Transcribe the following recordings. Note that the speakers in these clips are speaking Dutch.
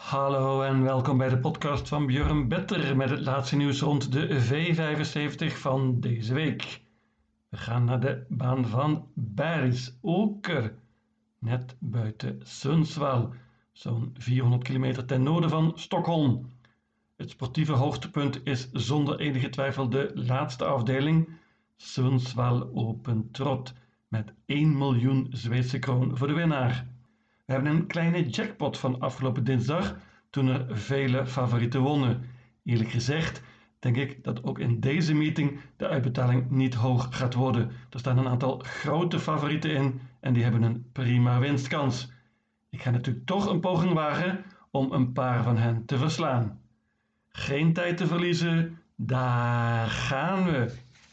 Hallo en welkom bij de podcast van Björn Better met het laatste nieuws rond de V75 van deze week. We gaan naar de baan van Bergsåker, net buiten Sundsvall, zo'n 400 kilometer ten noorden van Stockholm. Het sportieve hoogtepunt is zonder enige twijfel de laatste afdeling, Sundsvall Open Trot, met 1 miljoen Zweedse kroon voor de winnaar. We hebben een kleine jackpot van afgelopen dinsdag toen er vele favorieten wonnen. Eerlijk gezegd denk ik dat ook in deze meeting de uitbetaling niet hoog gaat worden. Er staan een aantal grote favorieten in en die hebben een prima winstkans. Ik ga natuurlijk toch een poging wagen om een paar van hen te verslaan. Geen tijd te verliezen, daar gaan we!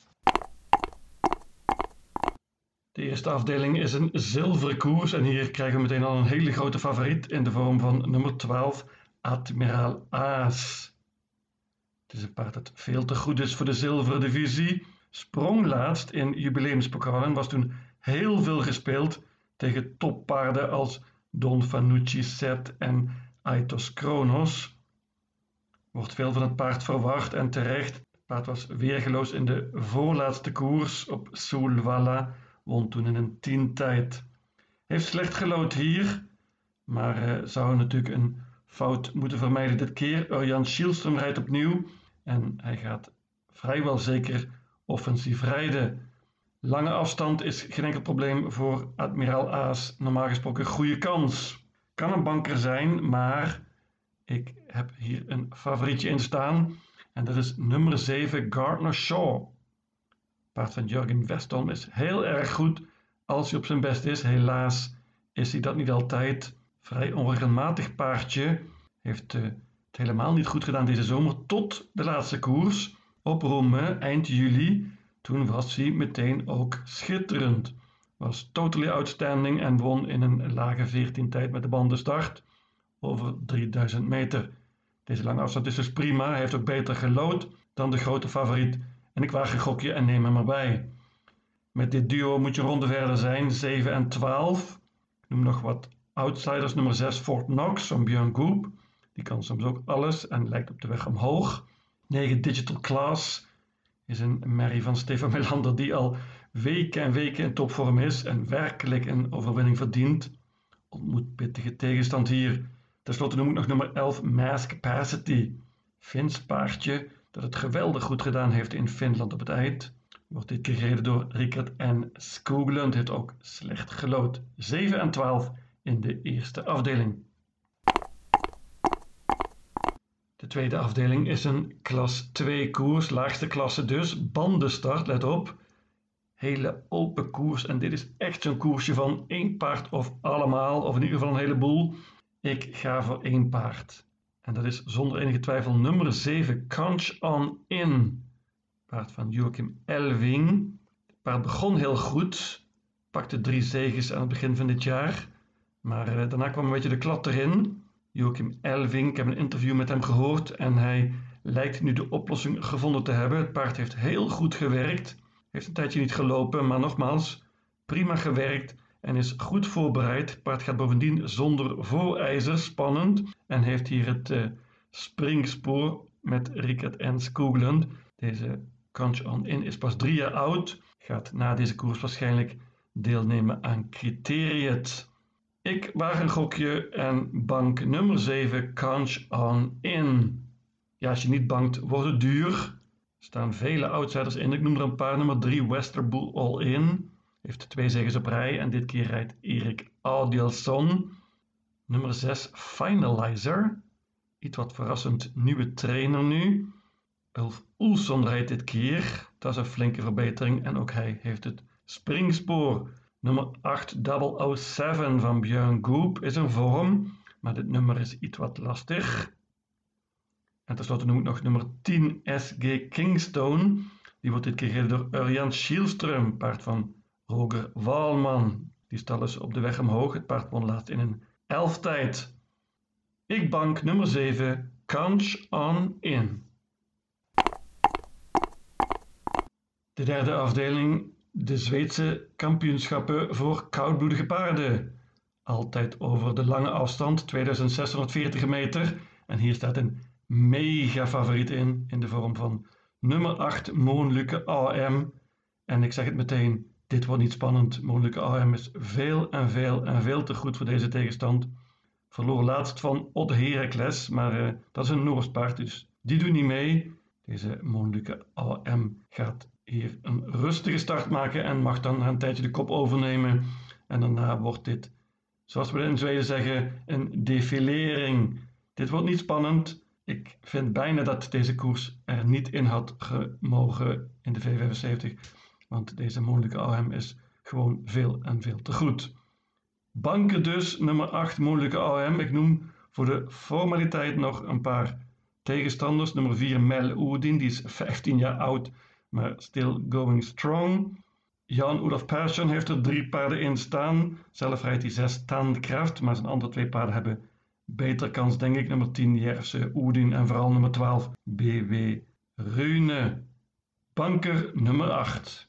De eerste afdeling is een zilveren koers en hier krijgen we meteen al een hele grote favoriet in de vorm van nummer 12, Admiraal Aas. Het is een paard dat veel te goed is voor de zilveren divisie. Sprong laatst in jubileumspokalen, was toen heel veel gespeeld tegen toppaarden als Don Fanucci Set en Aitos Kronos. Wordt veel van het paard verwacht en terecht. Het paard was weergeloos in de voorlaatste koers op Solvalla. Won toen in een 10-tijd. Heeft slecht gelood hier, maar zou natuurlijk een fout moeten vermijden dit keer. Örjan Kihlström rijdt opnieuw en hij gaat vrijwel zeker offensief rijden. Lange afstand is geen enkel probleem voor Admiraal Aas. Normaal gesproken goede kans. Kan een banker zijn, maar ik heb hier een favorietje in staan. En dat is nummer 7, Gardner Shaw. Paard van Jurgen Westholm is heel erg goed als hij op zijn best is. Helaas is hij dat niet altijd. Vrij onregelmatig paardje. Heeft het helemaal niet goed gedaan deze zomer tot de laatste koers op Rome eind juli. Toen was hij meteen ook schitterend. Was totally outstanding en won in een lage 14-tijd met de bandenstart over 3000 meter. Deze lange afstand is dus prima. Hij heeft ook beter gelood dan de grote favoriet. En ik waag een gokje en neem hem erbij. Met dit duo moet je een ronde verder zijn, 7 en 12. Ik noem nog wat outsiders, nummer 6 Fort Knox van Björn Goop. Die kan soms ook alles en lijkt op de weg omhoog. 9 Digital Class is een merrie van Stefan Melander die al weken en weken in topvorm is en werkelijk een overwinning verdient. Ontmoet pittige tegenstand hier. Ten slotte noem ik nog nummer 11 Mass Capacity. Fins paardje dat het geweldig goed gedaan heeft in Finland op het eind. Wordt dit keer gereden door Rickard N. Skoglund. Heeft ook slecht gelood. 7 en 12 in de eerste afdeling. De tweede afdeling is een klas 2 koers. Laagste klasse dus. Bandenstart, let op. Hele open koers. En dit is echt zo'n koersje van 1 paard of allemaal. Of in ieder geval een heleboel. Ik ga voor 1 paard. En dat is zonder enige twijfel nummer 7, Conch On In. Paard van Joachim Elving. Het paard begon heel goed. Pakte 3 zeges aan het begin van dit jaar. Maar daarna kwam een beetje de klad erin. Joachim Elving, ik heb een interview met hem gehoord. En hij lijkt nu de oplossing gevonden te hebben. Het paard heeft heel goed gewerkt. Heeft een tijdje niet gelopen, maar nogmaals, prima gewerkt. En is goed voorbereid. Het paard gaat bovendien zonder voorijzer, spannend. En heeft hier het springspoor met Rickard N. Skoglund. Deze Conch On In is pas 3 jaar oud. Gaat na deze koers waarschijnlijk deelnemen aan Criteriet. Ik waag een gokje en bank nummer 7, Conch On In. Ja, als je niet bankt, wordt het duur. Er staan vele outsiders in. Ik noem er een paar. Nummer 3, Westerbull All In. Heeft 2 zegens op rij en dit keer rijdt Erik Adielsson. Nummer 6, Finalizer. Iets wat verrassend nieuwe trainer nu. Ulf Oelsson rijdt dit keer. Dat is een flinke verbetering en ook hij heeft het springspoor. Nummer 8, 007 van Björn Goop is in vorm, maar dit nummer is iets wat lastig. En tenslotte noem ik nog nummer 10, SG Kingstone. Die wordt dit keer gereden door Örjan Kihlström, paard van Roger Walman. Die stal is op de weg omhoog. Het paard won laatst in een 11-tijd. Ik bank nummer 7, Conch On In. De derde afdeling, de Zweedse kampioenschappen voor koudbloedige paarden. altijd over de lange afstand, 2640 meter. En hier staat een mega favoriet in de vorm van nummer 8 Moonluke AM. En ik zeg het meteen, dit wordt niet spannend. Moonluke AM is veel en veel te goed voor deze tegenstand. Verloor laatst van Odd Heracles, maar dat is een Noors paard, dus die doet niet mee. Deze Moonluke AM gaat hier een rustige start maken en mag dan een tijdje de kop overnemen. En daarna wordt dit, zoals we in Zweden zeggen, een defilering. Dit wordt niet spannend. Ik vind bijna dat deze koers er niet in had gemogen in de V75. Want deze Moonluke AM is gewoon veel te goed. Banken dus, nummer 8 Moonluke AM. Ik noem voor de formaliteit nog een paar tegenstanders. Nummer 4 Mel Oedin, die is 15 jaar oud, maar still going strong. Jan-Olaf Persson heeft er 3 paarden in staan. Zelf rijdt hij 6 Tandkraft, maar zijn andere 2 paarden hebben beter kans, denk ik. Nummer 10 Jerse Oedin en vooral nummer 12 BW Rune. Banker nummer 8.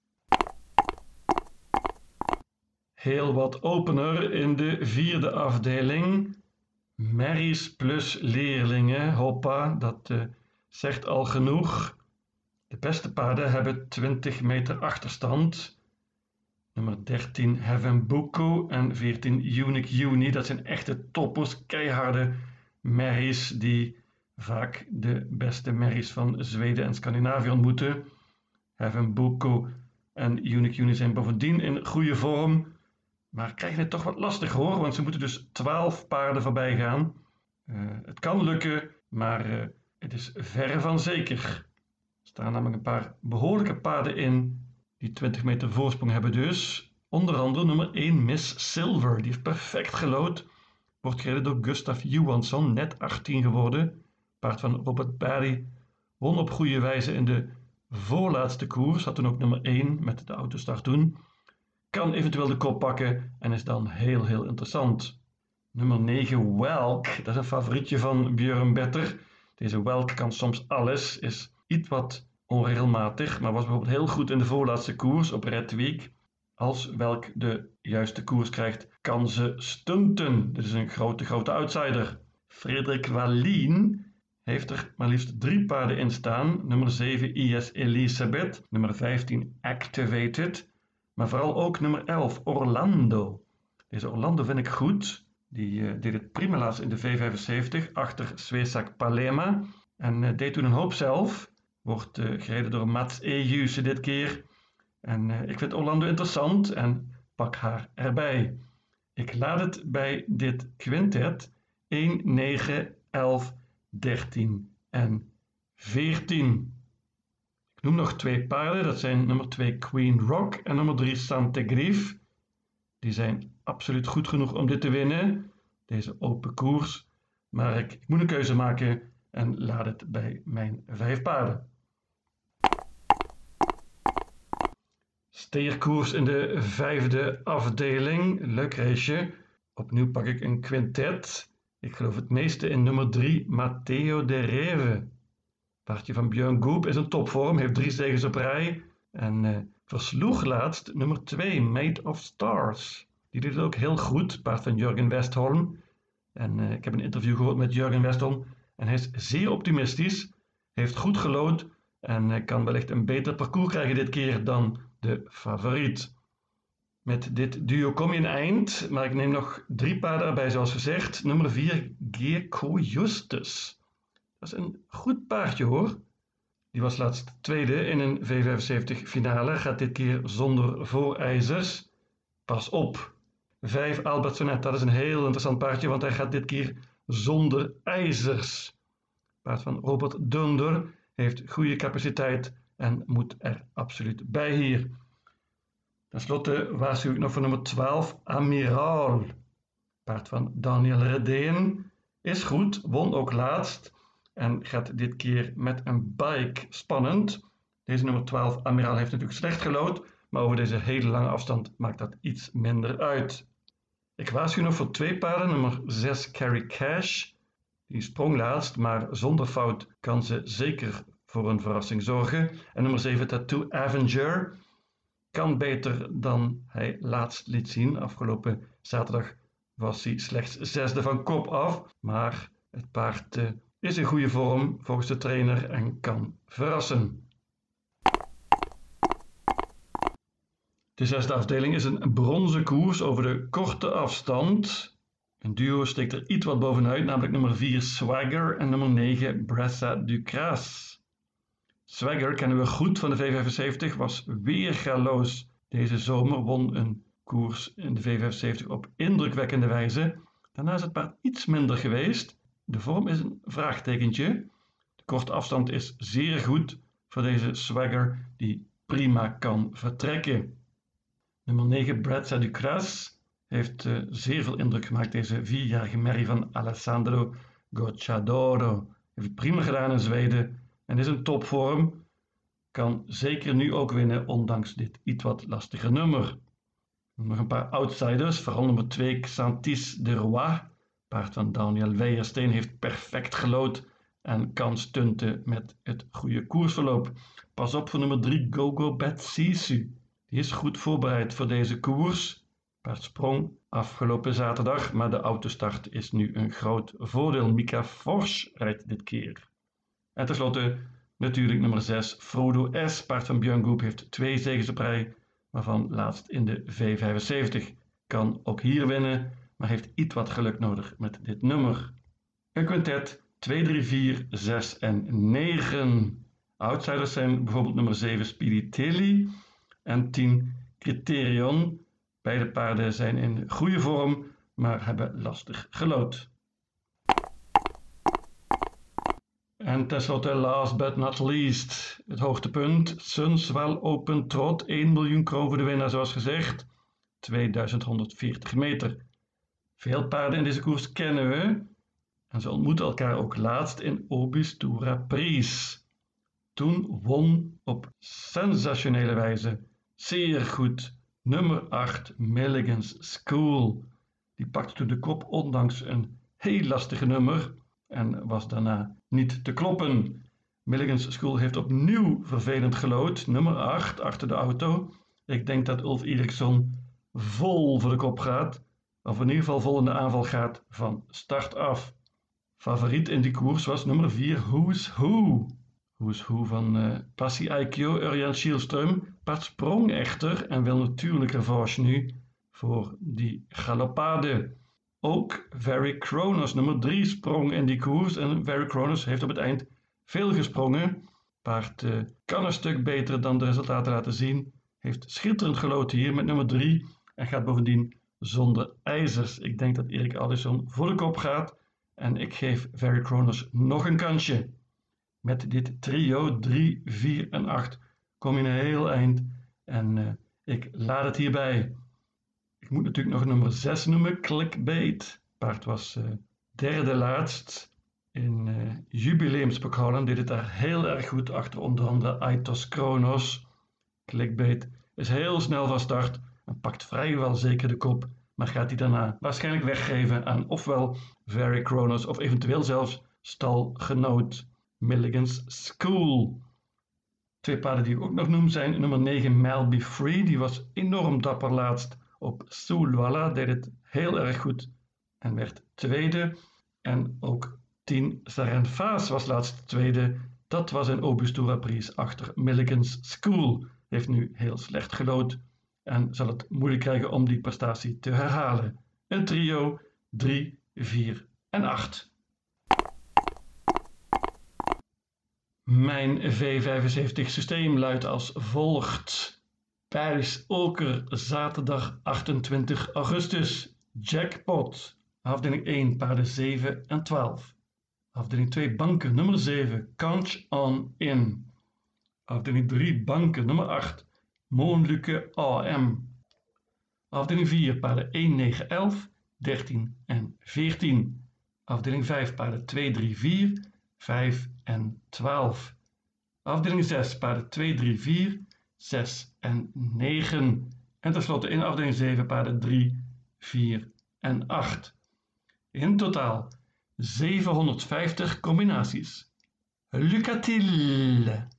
Heel wat opener in de 4e afdeling. Merries plus leerlingen. Hoppa, dat zegt al genoeg. De beste paarden hebben 20 meter achterstand. Nummer 13 Heaven Buku en 14 Unique Uni. Dat zijn echte toppers, keiharde merries die vaak de beste merries van Zweden en Scandinavië ontmoeten. Heaven Buku en Unique Uni zijn bovendien in goede vorm. Maar krijgen het toch wat lastig hoor, want ze moeten dus 12 paarden voorbij gaan. Het kan lukken, maar het is verre van zeker. Er staan namelijk een paar behoorlijke paarden in die 20 meter voorsprong hebben dus. Onder andere nummer 1 Miss Silver, die heeft perfect gelood. Wordt gereden door Gustav Johansson, net 18 geworden. Paard van Robert Barry won op goede wijze in de voorlaatste koers. Had toen ook nummer 1 met de autostart toen. Kan eventueel de kop pakken en is dan heel interessant. Nummer 9 Welk, dat is een favorietje van Björn Better. Deze Welk kan soms alles, is iets wat onregelmatig, maar was bijvoorbeeld heel goed in de voorlaatste koers op Red Week. Als Welk de juiste koers krijgt, kan ze stunten. Dit is een grote outsider. Frederik Wallien heeft er maar liefst 3 paarden in staan. Nummer 7 IS Elisabeth, nummer 15 Activated, maar vooral ook nummer 11 Orlando. Deze Orlando vind ik goed. Die deed het prima laatst in de V75 achter Svesak Palema en deed toen een hoop zelf. Wordt gereden door Mats Ejuse dit keer. En ik vind Orlando interessant en pak haar erbij. Ik laat het bij dit quintet 1, 9, 11, 13 en 14. Ik noem nog 2 paarden, dat zijn nummer 2 Queen Rock en nummer 3 Santegrief. Die zijn absoluut goed genoeg om dit te winnen, deze open koers. Maar ik moet een keuze maken en laat het bij mijn 5 paarden. Steerkoers in de 5e afdeling, leuk raceje. Opnieuw pak ik een quintet. Ik geloof het meeste in nummer 3 Matteo de Reve. Paardje van Björn Goop is in topvorm, heeft 3 zegens op rij en versloeg laatst nummer 2 Made of Stars. Die deed het ook heel goed, paard van Jurgen Westholm. En ik heb een interview gehoord met Jurgen Westholm en hij is zeer optimistisch, heeft goed gelood en kan wellicht een beter parcours krijgen dit keer dan de favoriet. Met dit duo kom je een eind, maar ik neem nog 3 paarden erbij zoals gezegd. Nummer 4 Gecko Justus. Dat is een goed paardje hoor. Die was laatst tweede in een V75 finale, gaat dit keer zonder voorijzers. Pas op. 5 Albertsonet, dat is een heel interessant paardje, want hij gaat dit keer zonder ijzers. Paard van Robert Dunder heeft goede capaciteit en moet er absoluut bij hier. Ten slotte waarschuw ik nog voor nummer 12 Amiral. Paard van Daniel Redeen is goed, won ook laatst en gaat dit keer met een bike spannend. Deze nummer 12 Amiral heeft natuurlijk slecht gelood, maar over deze hele lange afstand maakt dat iets minder uit. Ik waarschuw nog voor 2 paarden, nummer 6 Carry Cash. Die sprong laatst, maar zonder fout kan ze zeker voor een verrassing zorgen. En nummer 7 Tattoo Avenger kan beter dan hij laatst liet zien. Afgelopen zaterdag was hij slechts zesde van kop af, maar het paard is in goede vorm volgens de trainer en kan verrassen. De zesde afdeling is een bronzen koers over de korte afstand. Een duo steekt er iets wat bovenuit, namelijk nummer 4 Swagger en nummer 9 Bressa Ducras. Swagger kennen we goed van de V75, was weergaloos deze zomer, won een koers in de V75 op indrukwekkende wijze. Daarna is het paard iets minder geweest. De vorm is een vraagtekentje. De korte afstand is zeer goed voor deze Swagger die prima kan vertrekken. Nummer 9 Bressa Ducras heeft zeer veel indruk gemaakt, deze 4-jarige merrie van Alessandro Gocciadoro. Heeft het prima gedaan in Zweden en is in topvorm. Kan zeker nu ook winnen, ondanks dit iets wat lastige nummer. Nog een paar outsiders, vooral nummer 2 Xantis de Roy. Paard van Daniel Weijersteen heeft perfect gelood en kan stunten met het goede koersverloop. Pas op voor nummer 3 Gogo Bet Sisu. Die is goed voorbereid voor deze koers. Paard sprong afgelopen zaterdag, maar de autostart is nu een groot voordeel. Mika Forsch rijdt dit keer. En tenslotte natuurlijk nummer 6 Frodo S. Paard van Björn Goop heeft 2 zegens op rij, waarvan laatst in de V75. Kan ook hier winnen, maar heeft iets wat geluk nodig met dit nummer. Een quintet 2, 3, 4, 6 en 9. Outsiders zijn bijvoorbeeld nummer 7 Speedy Tilly en 10 Criterion. Beide paarden zijn in goede vorm, maar hebben lastig gelood. En tenslotte, last but not least, het hoogtepunt. Sundsvall Open Trot, 1 miljoen kroon voor de winnaar zoals gezegd. 2140 meter. Veel paarden in deze koers kennen we. En ze ontmoeten elkaar ook laatst in Obistura Pries. Toen won op sensationele wijze, zeer goed, nummer 8 Milligan's School. Die pakte toen de kop ondanks een heel lastige nummer en was daarna niet te kloppen. Milligan's School heeft opnieuw vervelend gelood, nummer 8 achter de auto. Ik denk dat Ulf Eriksson vol voor de kop gaat, of in ieder geval vol in de aanval gaat van start af. Favoriet in die koers was nummer 4 Who's Who. Who's Who van Passi Aikio, Örjan Kihlström. Paard sprong echter en wil natuurlijk revanche nu voor die galopade. Ook Very Kronos, nummer 3, sprong in die koers en Very Kronos heeft op het eind veel gesprongen. Paard kan een stuk beter dan de resultaten laten zien. Heeft schitterend geloten hier met nummer 3 en gaat bovendien zonder ijzers. Ik denk dat Erik Adelsson voor de kop gaat en ik geef Very Kronos nog een kansje. Met dit trio 3, 4 en 8 kom je een heel eind en ik laat het hierbij. Ik moet natuurlijk nog nummer 6 noemen, Clickbait. Paard was derde laatst in jubileumspokalen, deed het daar heel erg goed achter onder andere Aitos Kronos. Clickbait is heel snel van start en pakt vrijwel zeker de kop, maar gaat hij daarna waarschijnlijk weggeven aan ofwel Very Kronos of eventueel zelfs stalgenoot Milligan's School. 2 paarden die ik ook nog noem zijn nummer 9 Melby Free, die was enorm dapper laatst op Solvalla, deed het heel erg goed en werd tweede. En ook 10 Sarenfaas was laatst tweede, dat was in Obistura Pries achter Milligan's School. Heeft nu heel slecht gelood en zal het moeilijk krijgen om die prestatie te herhalen. Een trio 3, 4 en 8. Mijn V75 systeem luidt als volgt. Parijs Oker, zaterdag 28 augustus. Jackpot, afdeling 1, paarden 7 en 12. Afdeling 2, banken, nummer 7, Count On In. Afdeling 3, banken, nummer 8, Moonluke AM. Afdeling 4, paarden 1, 9, 11, 13 en 14. Afdeling 5, paarden 2, 3, 4, 5 en 12. Afdeling 6, paarden 2, 3, 4, 6 en 9. En tenslotte in afdeling 7, paarden 3, 4 en 8. In totaal 750 combinaties. Lucatil!